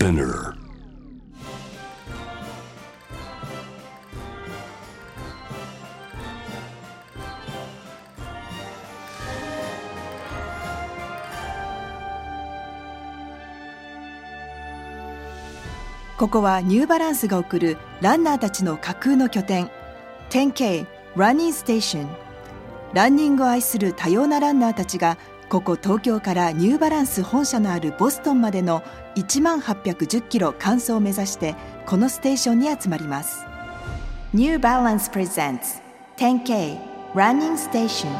Spinner。 ここはニューバランスが送るランナーたちの架空の拠点 10K ランニングステーション。ランニングを愛する多様なランナーたちがここ東京からニューバランス本社のあるボストンまでの1810キロ完走を目指してこのステーションに集まります。ニューバランスプレゼンツ 10K ランニングステーション。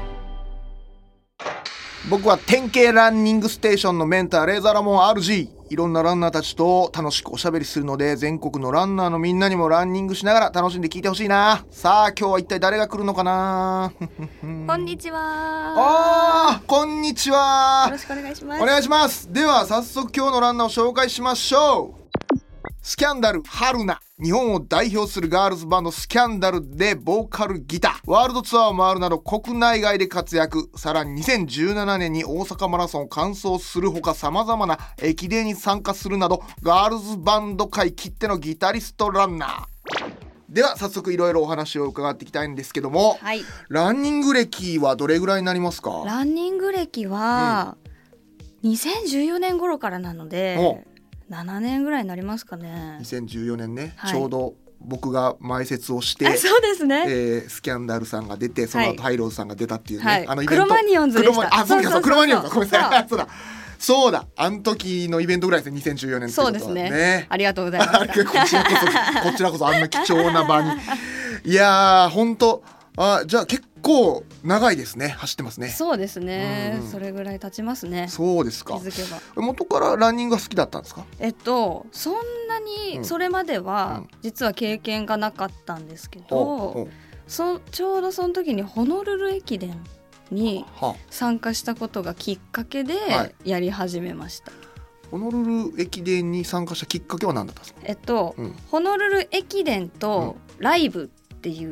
僕は 10K ランニングステーションのメンターレーザーラモン RG。 いろんなランナーたちと楽しくおしゃべりするので、全国のランナーのみんなにもランニングしながら楽しんで聞いてほしいな。さあ今日は一体誰が来るのかな。 こんにちは。 こんにちは。 よろしくお願いします。 お願いします。では早速今日のランナーを紹介しましょう。スキャンダル春菜。日本を代表するガールズバンドスキャンダルでボーカルギター、ワールドツアーを回るなど国内外で活躍。さらに2017年に大阪マラソンを完走するほか、様々な駅伝に参加するなどガールズバンド界きってのギタリストランナー。では早速いろいろお話を伺っていきたいんですけども、 はい、 ランニング歴はどれぐらいになりますか？ ランニング歴は、2014年頃からなので7年ぐらいになりますかね。 2014年ね、 はい、 ちょうど僕が前説をしてそうですね、 スキャンダルさんが出て、その後ハイローズさんが出たっていうね、 はい、 イベントクロマニオンズでした。 クロマニオンズか、ごめんなさい。そうだあの時のイベントぐらいですね、2014年ってことはね。 そうですね、ありがとうございましたこちらこそあんな貴重な場にいやー本当、じゃあ結構長いですね、走ってますね。 そうですね、それぐらい経ちますね。 そうですか。 気づけば。 元からランニングが好きだったんですか？ そんなにそれまでは実は経験がなかったんですけど、ちょうどその時にホノルル駅伝に参加したことがきっかけでやり始めました。 ホノルル駅伝に参加したきっかけは何だったんですか？ ホノルル駅伝とライブっていう、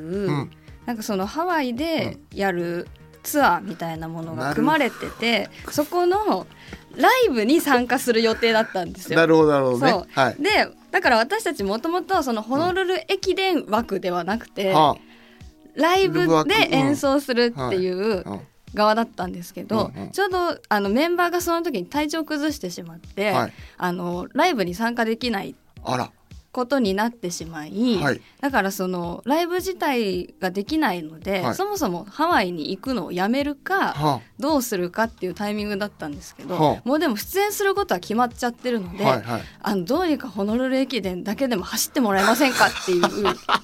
なんかそのハワイでやるツアーみたいなものが組まれてて、そこのライブに参加する予定だったんですよ。 なるほどね。 そう、はい、でだから私たちもともとそのホノルル駅伝枠ではなくて、ライブで演奏するっていう側だったんですけど、ちょうどメンバーがその時に体調崩してしまって、ライブに参加できないことになってしまい、だからそのライブ自体ができないので、そもそもハワイに行くのをやめるか、どうするかっていうタイミングだったんですけど、もうでも出演することは決まっちゃってるので、どうにかホノルル駅伝だけでも走ってもらえませんかっていう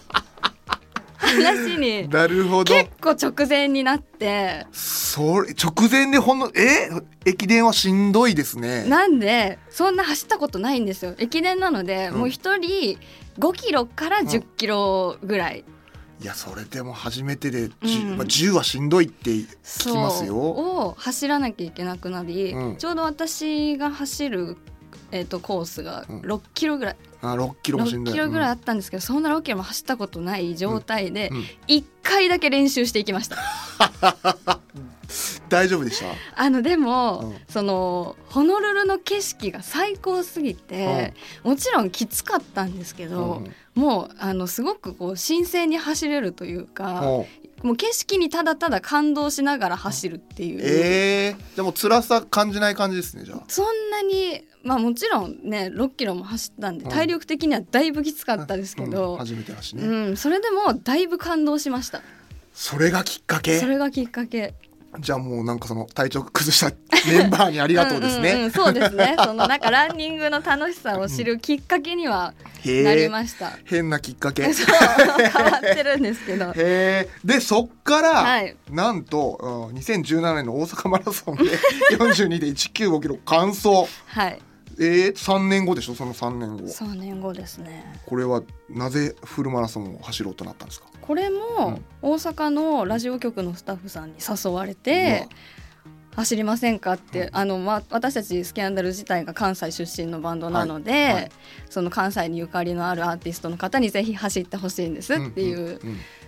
話に結構直前になって、 それ直前で駅伝はしんどいですね。 なんでそんな走ったことないんですよ。駅伝なので、もう一人5キロから10キロぐらい、 いやそれでも初めてで 10はしんどいって聞きますよ。 を走らなきゃいけなくなり、ちょうど私が走るコースが6キロぐらい、 6キロもしんどい。 6キロぐらいあったんですけど、そんな6キロも走ったことない状態で1回だけ練習していきました大丈夫でした？ でも、そのホノルルの景色が最高すぎて、もちろんきつかったんですけど、もうすごくこう新鮮に走れるというか、もう景色にただただ感動しながら走るっていう。 でも辛さ感じない感じですね。じゃあそんなに、もちろんね6キロも走ったんで、体力的にはだいぶきつかったですけど、 初めてだしね、 それでもだいぶ感動しました。 それがきっかけ。 それがきっかけ。 じゃあもうなんかその体調崩したメンバーにありがとうですね。 そうですね。そのなんかランニングの楽しさを知るきっかけにはなりました。 変なきっかけ。 そう変わってるんですけど。 でそっから、なんと2017年の大阪マラソンで42で195キロ完走。3年後でしょ。その3年後。 3年後ですね。 これはなぜフルマラソンを走ろうとなったんですか？ これも大阪のラジオ局のスタッフさんに誘われて、走りませんかって、私たちスキャンダル自体が関西出身のバンドなので、その関西にゆかりのあるアーティストの方にぜひ走ってほしいんですっていう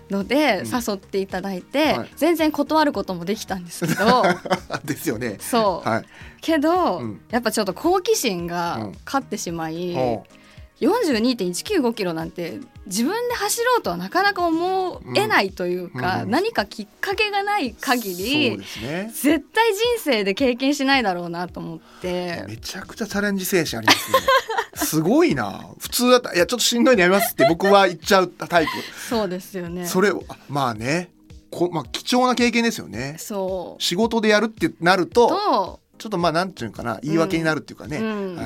ので誘っていただいて、 はい、 全然断ることもできたんですけどですよね。 そう、 はい、 けど、やっぱちょっと好奇心が勝ってしまい、42.195 キロなんて自分で走ろうとはなかなか思えないというか、何かきっかけがない限り、 そうですね、 絶対人生で経験しないだろうなと思って。 めちゃくちゃチャレンジ精神ありますねすごいな。普通だったらいやちょっとしんどいのやめますって僕は言っちゃうタイプそうですよね。 それまあね貴重な経験ですよね。 そう仕事でやるってなるとちょっとなんていうかな、言い訳になるっていうかね、はいはい、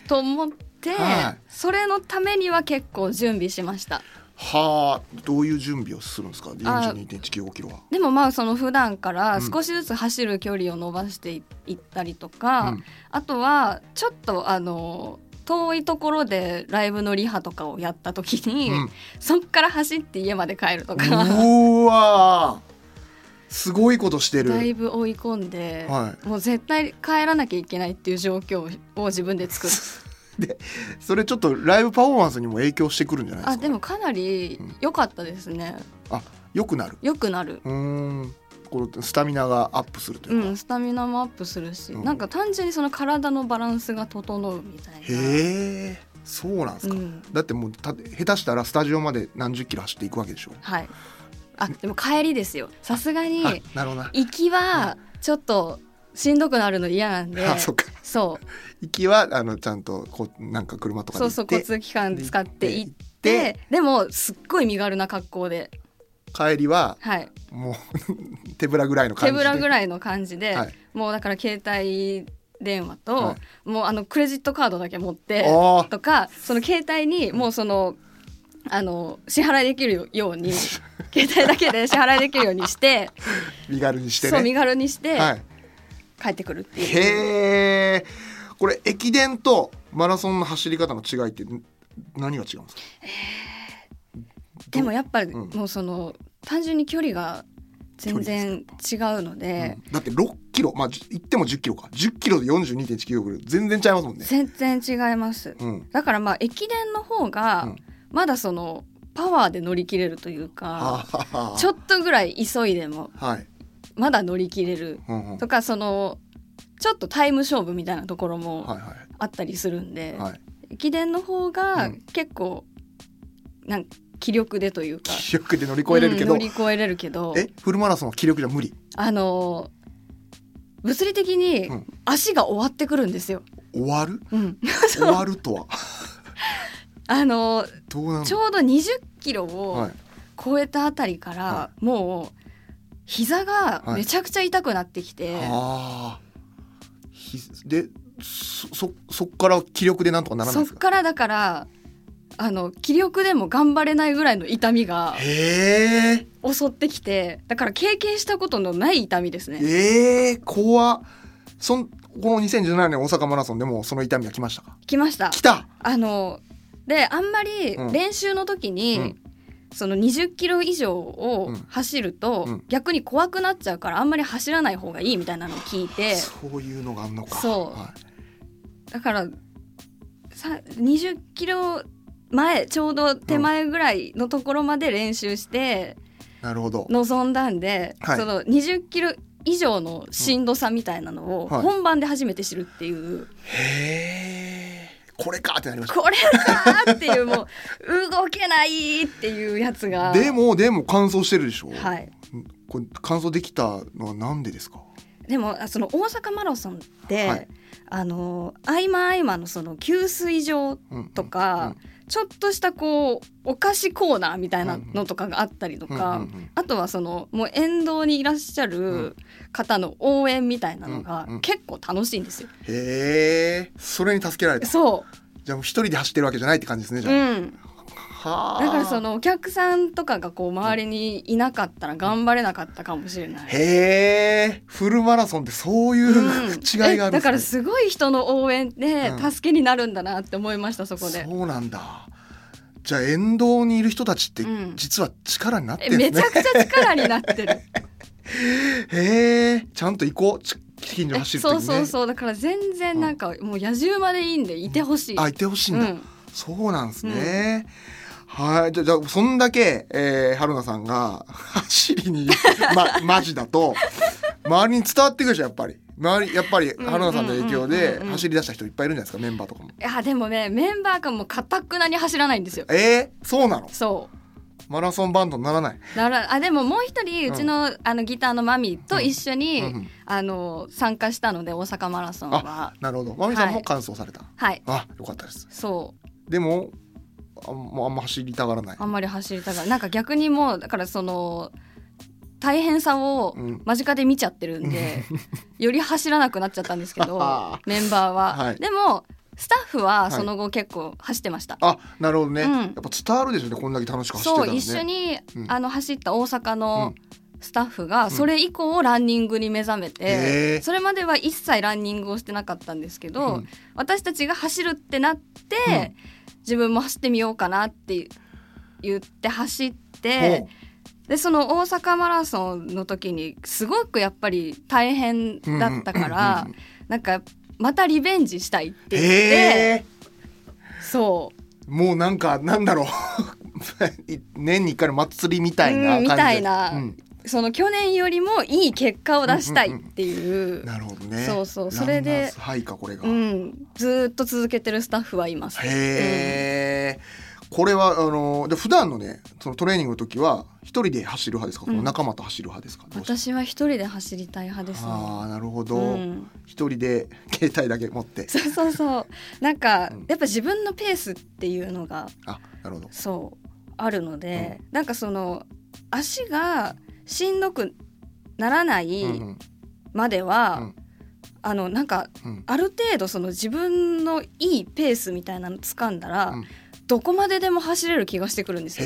と思って、はい、それのためには結構準備しました。 はあ、どういう準備をするんですか 42.195 キロは。 でもその普段から少しずつ走る距離を伸ばしていったりとか、あとはちょっと遠いところでライブのリハとかをやった時に、そっから走って家まで帰るとか。 うわすごいことしてる。 だいぶ追い込んで、はい、もう絶対帰らなきゃいけないっていう状況を自分で作るでそれちょっとライブパフォーマンスにも影響してくるんじゃないですか。 でもかなり良かったですね。 良くなる。 良くなる。 このスタミナがアップするというか、 スタミナもアップするし、なんか単純にその体のバランスが整うみたいな。 へえ、そうなんですか。だってもう下手したらスタジオまで何十キロ走っていくわけでしょ。はい。 でも帰りですよ。さすがに行きはちょっとしんどくなるの嫌なんで。 そっか。 そう行きはちゃんとなんか車とかで行って、 そう交通機関使って行って、でもすっごい身軽な格好で帰りは、はい、もう手ぶらぐらいの感じで、 手ぶらぐらいの感じで、はい、もうだから携帯電話と、はい、もうクレジットカードだけ持ってとか、その携帯にもうその支払いできるように携帯だけで支払いできるようにして身軽にしてね。 そう身軽にして、はい、帰ってくるっていう。 へー、これ駅伝とマラソンの走り方の違いって何が違うんですか。 でもやっぱりもう単純に距離が全然違うので、 だって6キロ、言っても10キロか、10キロで 42.1 キロ全然違いますもんね。 全然違います、だから駅伝の方がまだパワーで乗り切れるというか、ちょっとぐらい急いでもまだ乗り切れるとか、ちょっとタイム勝負みたいなところもあったりするんで、駅伝の方が結構気力でというか、 気力で乗り越えれるけど、 乗り越えれるけど、 フルマラソンは気力じゃ無理。 物理的に足が終わってくるんですよ。 終わる？終わるとはちょうど20キロを超えたあたりから、もう膝がめちゃくちゃ痛くなってきて、 でそっから気力でなんとかならないですか。 そっからだから気力でも頑張れないぐらいの痛みが襲ってきて、だから経験したことのない痛みですね。 怖っ。この2017年大阪マラソンでもその痛みが来ましたか。 来ました。 来た。 であんまり練習の時に、その20キロ以上を走ると、逆に怖くなっちゃうからあんまり走らない方がいいみたいなのを聞いて、 そういうのがあんのか。 そう、だから20キロ前ちょうど手前ぐらいのところまで練習して臨んだんで、その20キロ以上のしんどさみたいなのを本番で初めて知るっていう、 へー、これかってなりました。 これかっていうもう動けないっていうやつがでも完走してるでしょ。 はい。 これ完走できたのはなんでですか。 でもその大阪マラソンって、合間のその給水場とか、ちょっとしたお菓子コーナーみたいなのとかがあったりとか、あとはもう沿道にいらっしゃる方の応援みたいなのが結構楽しいんですよ。 へー、それに助けられた。 そうじゃあもう一人で走ってるわけじゃないって感じですね。じゃあ、 だからお客さんとかが周りにいなかったら頑張れなかったかもしれない。 へー、フルマラソンってそういう、違いがあるんですね。 だからすごい人の応援で助けになるんだなって思いました、そこで。 そうなんだ。じゃあ沿道にいる人たちって実は力になってるんですね。 めちゃくちゃ力になってるへー、ちゃんと行こう、近所走る時にね。 そうだから全然もう野獣までいいんでいてほしい。 いてほしいんだ、そうなんですね。 はい、じゃあそんだけ、春菜さんが走りにマジだと周りに伝わってくるでしょ。やっぱり春菜さんの影響で走り出した人いっぱいいるんじゃないですか、メンバーとかも。 いやでもね、メンバーがもう堅くなに走らないんですよ。 そうなの？ そうマラソンバンドにならない？ でももう一人うちの、ギターのマミと一緒に、参加したので、大阪マラソンは。 なるほど。マミさんも完走された。 はい。 よかったです。 そうでももうあんま走りたがらない。 あんまり走りたがらなんか逆にもうだからその大変さを間近で見ちゃってるんで、より走らなくなっちゃったんですけどメンバーは、でもスタッフはその後結構走ってました。 なるほどね、やっぱ伝わるでしょうね、こんだけ楽しく走ってたらね。 そう、一緒に、走った大阪のスタッフがそれ以降ランニングに目覚めて、それまでは一切ランニングをしてなかったんですけど、私たちが走るってなって、自分も走ってみようかなって言って走って、でその大阪マラソンの時にすごくやっぱり大変だったから、なんかまたリベンジしたいって言って、そうもうなんだろう年に1回の祭りみたいな感じで、 みたいな、その去年よりもいい結果を出したいっていう、 なるほどね。 そうそれでランナーズハイかこれが、 ずっと続けてるスタッフはいます。 これは普段のね、そのトレーニングの時は一人で走る派ですか、仲間と走る派ですか？ 私は一人で走りたい派ですね。 なるほど、一人で携帯だけ持ってそうなんか、やっぱ自分のペースっていうのがなるほど、 そうあるので、なんかその足がしんどくならないまでは、なんか、ある程度その自分のいいペースみたいなの掴んだら、どこまででも走れる気がしてくるんですよ。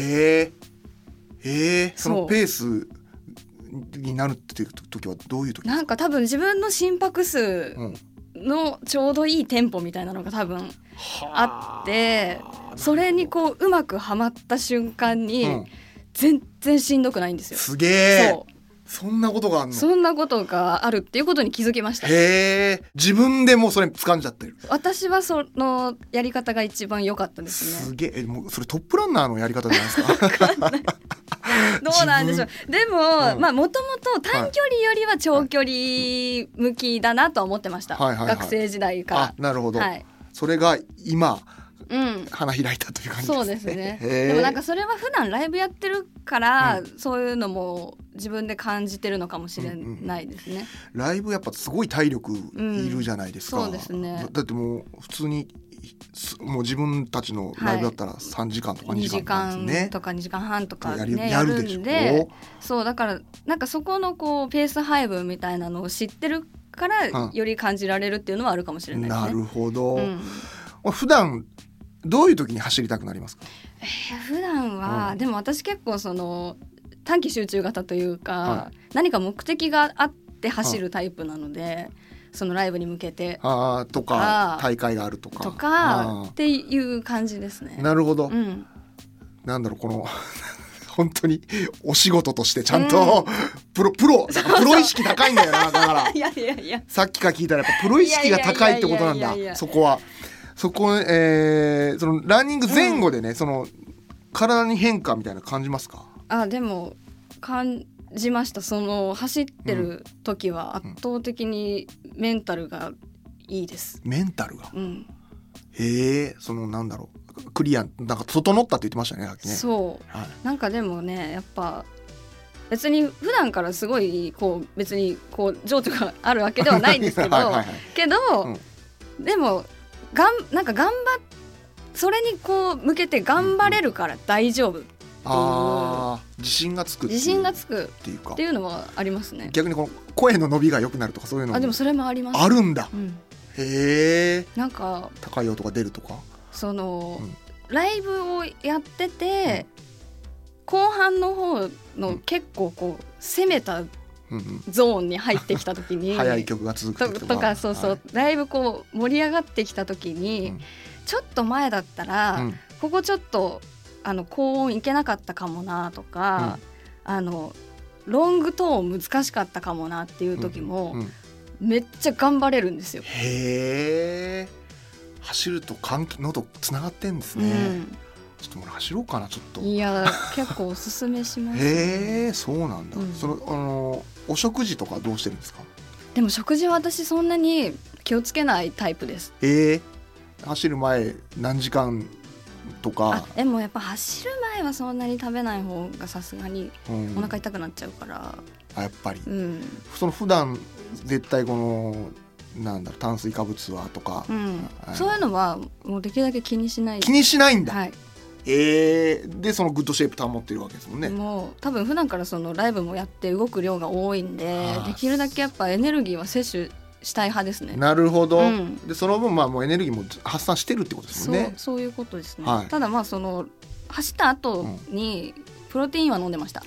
そのペースになるっていう時はどういう時ですか？ なんか多分自分の心拍数のちょうどいいテンポみたいなのが多分あって、それにこううまくはまった瞬間に全然しんどくないんですよ。 すげえ。そんなことがあるの？ そんなことがあるっていうことに気づきました。 自分でもうそれ掴んじゃってる。 私はそのやり方が一番良かったですね。 すげえ。もうそれトップランナーのやり方じゃないですか？ どうなんでしょう。でももともと短距離よりは長距離向きだなとは思ってました、学生時代から。 なるほど、それが今花開いたという感じですね。 そうですね。でもなんかそれは普段ライブやってるから、そういうのも自分で感じてるのかもしれないですね。 ライブやっぱすごい体力いるじゃないですか。 そうですね。 だってもう普通にもう自分たちのライブだったら3時間とか2時間なんですね。2時間とか2時間半とかね、やるんで、そうだからなんかそこのこうペース配分みたいなのを知ってるからより感じられるっていうのはあるかもしれないですね。 なるほど。普段どういう時に走りたくなりますか？ 普段は、でも私結構その短期集中型というか、何か目的があって走るタイプなので、そのライブに向けてとか大会があるとかっていう感じですね。 なるほど、なんだろう、この本当にお仕事としてちゃんと、プロ意識高いんだよな。だからいやさっきから聞いたらやっぱプロ意識が高いってことなんだ。そこそのランニング前後でね、その体に変化みたいな感じますか？ でも感じました。その走ってる時は圧倒的にメンタルがいいです。 メンタルが、そのなんだろう、クリアなんか整ったって言ってましたね、さっきね。 そう、なんかでもね、やっぱ別に普段からすごいこう別にこう情緒があるわけではないんですけどでもなんかそれにこう向けて頑張れるから大丈夫っていう、 自信がつくっていうのはありますね。 逆にこの声の伸びが良くなるとかそういうのもでもそれもあります。 あるんだ、 なんか高い音が出るとか、 その、ライブをやってて、後半の方の結構こう攻めたゾーンに入ってきた時に速い曲が続くとか、ライブこう盛り上がってきた時に、ちょっと前だったら、ここちょっと高音いけなかったかもなとか、ロングトーン難しかったかもなっていう時も、めっちゃ頑張れるんですよ。 走ると喉つながってんですね。 ちょっと俺走ろうかなちょっと。 いや結構おすすめしますね。 そうなんだ、そのお食事とかどうしてるんですか？ でも食事は私そんなに気をつけないタイプです。 走る前何時間とか？ でもやっぱ走る前はそんなに食べない方がさすがにお腹痛くなっちゃうから、 やっぱり、その普段絶対このなんだろう炭水化物はとか、 そういうのはもうできるだけ気にしない。 気にしないんだ。 はい。 でそのグッドシェイプ保ってるわけですもんね。 もう多分普段からそのライブもやって動く量が多いんで、できるだけやっぱエネルギーは摂取したい派ですね。 なるほど、でその分もうエネルギーも発散してるってことですもんね。 そういうことですね、ただその走った後にプロテインは飲んでました。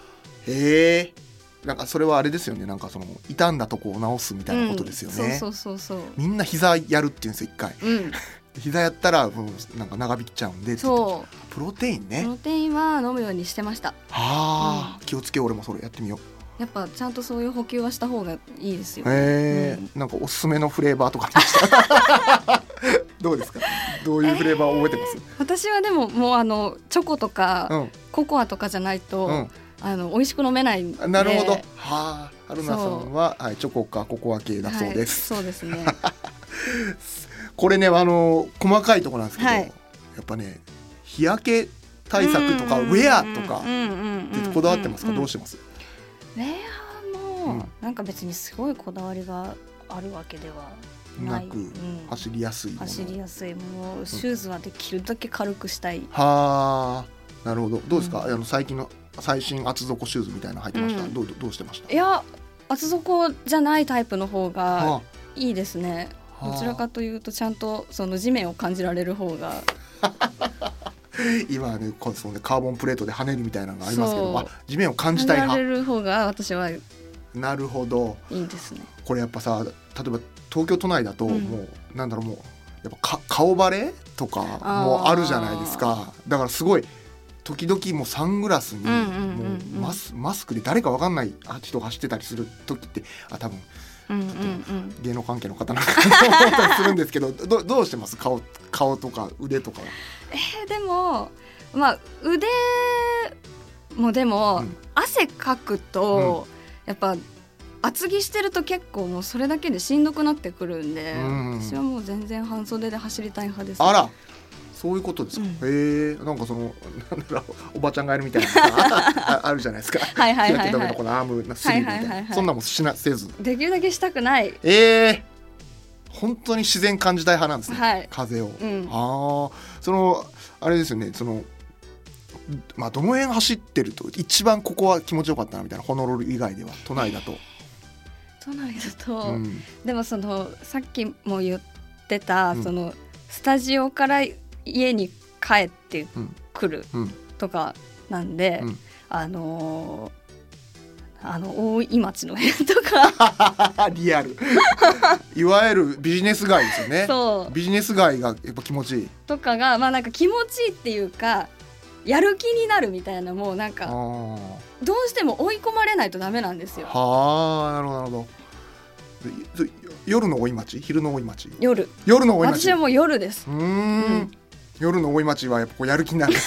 なんかそれはあれですよね、なんかその傷んだとこを治すみたいなことですよね。 そうみんな膝やるっていうんですよ一回、膝やったらなんか長引っちゃうんで。そうプロテインね。 プロテインは飲むようにしてました。 気をつけ、俺もそれやってみよう。 やっぱちゃんとそういう補給はした方がいいですよ。 なんかおすすめのフレーバーとかありましたどうですか？どういうフレーバーを覚えてます？ 私はでももうチョコとか、ココアとかじゃないと、美味しく飲めないんで。 なるほど。春菜さんは、チョコかココア系だそうです。 そうですねこれね細かいところなんですけど、やっぱね日焼け対策とかウェアとかってこだわってますか？どうしてます？ ウェアもなんか別にすごいこだわりがあるわけではない。 走りやすいもの。 走りやすいもの、シューズはできるだけ軽くしたい。 なるほど。どうですか？最近の最新厚底シューズみたいなの履いてました？どうしてました？ いや厚底じゃないタイプの方がいいですね。どちらかというとちゃんとその地面を感じられる方が今はねカーボンプレートで跳ねるみたいなのがありますけど、地面を感じたい派。 感じられる方が私はなるほど。 いいですね。 これやっぱさ、例えば東京都内だともう、なんだろう、もうやっぱ顔バレとかもあるじゃないですか。だからすごい時々もうサングラスにもうマスクで誰か分かんない人が走ってたりする時って多分芸能関係の方なんかと思ったりするんですけどどうしてます？顔とか腕とかは。 でも腕もでも、汗かくと、やっぱ厚着してると結構もうそれだけでしんどくなってくるんで、私はもう全然半袖で走りたい派です、ね。 あら、そういうことですか。なんかそのなんだろう、おばちゃんがやるみたいなあるじゃないですか。日焼け止めのこのアームスリーブみたいな、そんなもせずできるだけしたくない。 本当に自然感じたい派なんですね、風を。そのあれですよね、そのどの辺走ってると一番ここは気持ちよかったなみたいな、ホノルル以外では。都内だと、でもそのさっきも言ってた、そのスタジオから家に帰ってくるとかなんで、大井町の辺とかリアルいわゆるビジネス街ですよね。そうビジネス街がやっぱ気持ちいいとかが、なんか気持ちいいっていうかやる気になるみたいな、もうなんかどうしても追い込まれないとダメなんですよ。 なるほどなるほど。夜の大井町、昼の大井町。 夜の大井町。私はもう夜です。 夜の大井町はやっぱこうやる気になる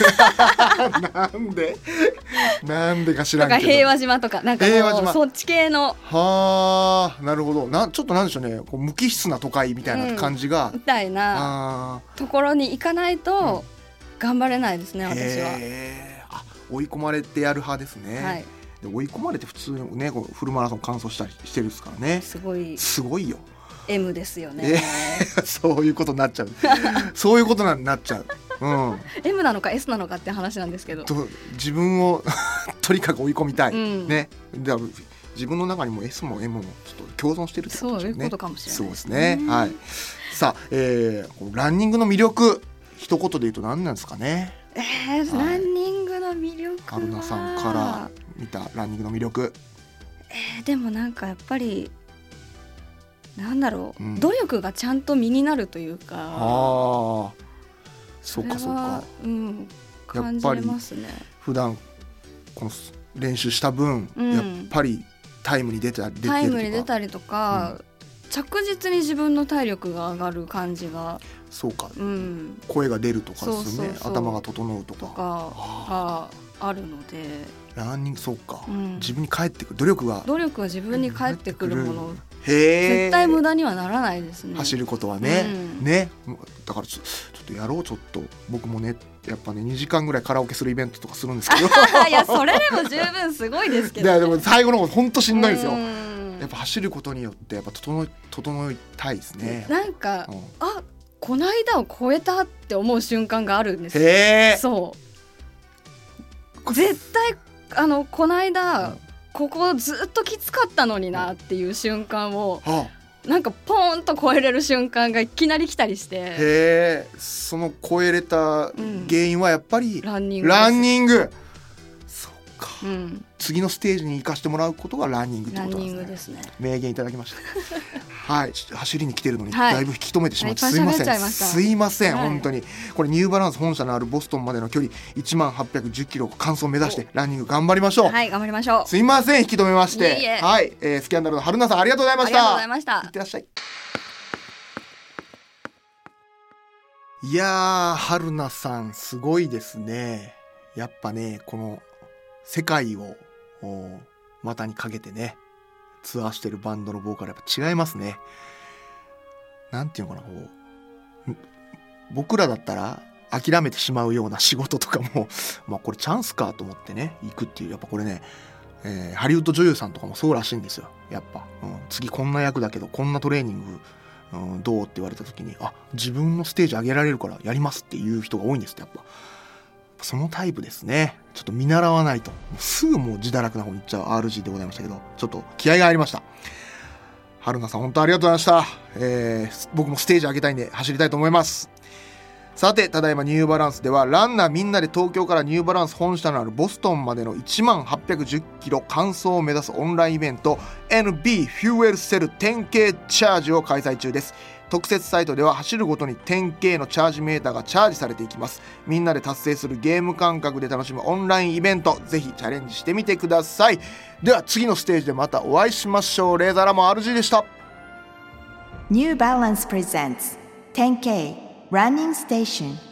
なんでか知らんけど、 平和島とかなんかもうそっち系の。 なるほど。ちょっとなんでしょうね、こう無機質な都会みたいな感じが、 みたいなところに行かないと頑張れないですね、私は。 追い込まれてやる派ですね。で追い込まれて普通ね、こうフルマラソン完走したりしてるですからね。すごいよ。 M ですよね。 そういうことになっちゃうそういうことになっちゃう、 M なのか S なのかって話なんですけど、 自分をとにかく追い込みたい、ね。だから自分の中にも S も M もちょっと共存してるってことですね。 そういうことかもしれない。 そうですね。さあ、ランニングの魅力一言で言うと何なんですかね。 ランニングの魅力は春菜さんから見たランニングの魅力。 でもなんかやっぱりなんだろう、努力がちゃんと身になるというか。 そうかそうか。 感じますね。 普段この練習した分、やっぱりタイムに出たりとか、 着実に自分の体力が上がる感じが。 そうか、声が出るとかですね。頭が整うとかがあるので、 ランニング、そうか、自分に返ってくる努力は自分に返ってくるもの、絶対無駄にはならないですね、 走ることはね、ね、だからちょっとやろう。ちょっと僕もね、やっぱね2時間ぐらいカラオケするイベントとかするんですけどいやそれでも十分すごいですけど、ね、 いやでも最後の方ほんとしんどいんですよ。やっぱ走ることによってやっぱ整いたいですね。 なんか、この間を超えたって思う瞬間があるんですよ。そう絶対この間、ここずっときつかったのになっていう瞬間を、なんかポーンと超えれる瞬間がいきなり来たりして。 その超えれた原因はやっぱり、 ランニング。 そっか、次のステージに行かしてもらうことがランニングってことなんですね。名言いただきましたはい、走りに来てるのにだいぶ引き止めてしまって、すいません、本当に。これニューバランス本社のあるボストンまでの距離1810キロ完走を目指してランニング頑張りましょう。 はい、頑張りましょう。 すいません、引き止めまして。はい、スキャンダルの春菜さんありがとうございました。 ありがとうございました。 いってらっしゃい。いやー、春菜さんすごいですね。やっぱね、この世界を股にかけてねツアーしてるバンドのボーカルやっぱ違いますね。なんていうのかな、僕らだったら諦めてしまうような仕事とかもこれチャンスかと思ってね行くっていう、やっぱこれね、ハリウッド女優さんとかもそうらしいんですよ。やっぱ、次こんな役だけどこんなトレーニング、どうって言われた時に自分のステージ上げられるからやりますっていう人が多いんですって。やっぱそのタイプですね。ちょっと見習わないとすぐもう自堕落な方に行っちゃう RG でございましたけど、ちょっと気合が入りました。春菜さん本当ありがとうございました。僕もステージ上げたいんで走りたいと思います。さて、ただいまニューバランスではランナーみんなで東京からニューバランス本社のあるボストンまでの1810キロ完走を目指すオンラインイベント NB フューエルセル 10K チャージを開催中です。特設サイトでは走るごとに 10K のチャージメーターがチャージされていきます。みんなで達成するゲーム感覚で楽しむオンラインイベント、ぜひチャレンジしてみてください。では次のステージでまたお会いしましょう。レーザーラモン RG でした。 New Balance presents 10K Running Station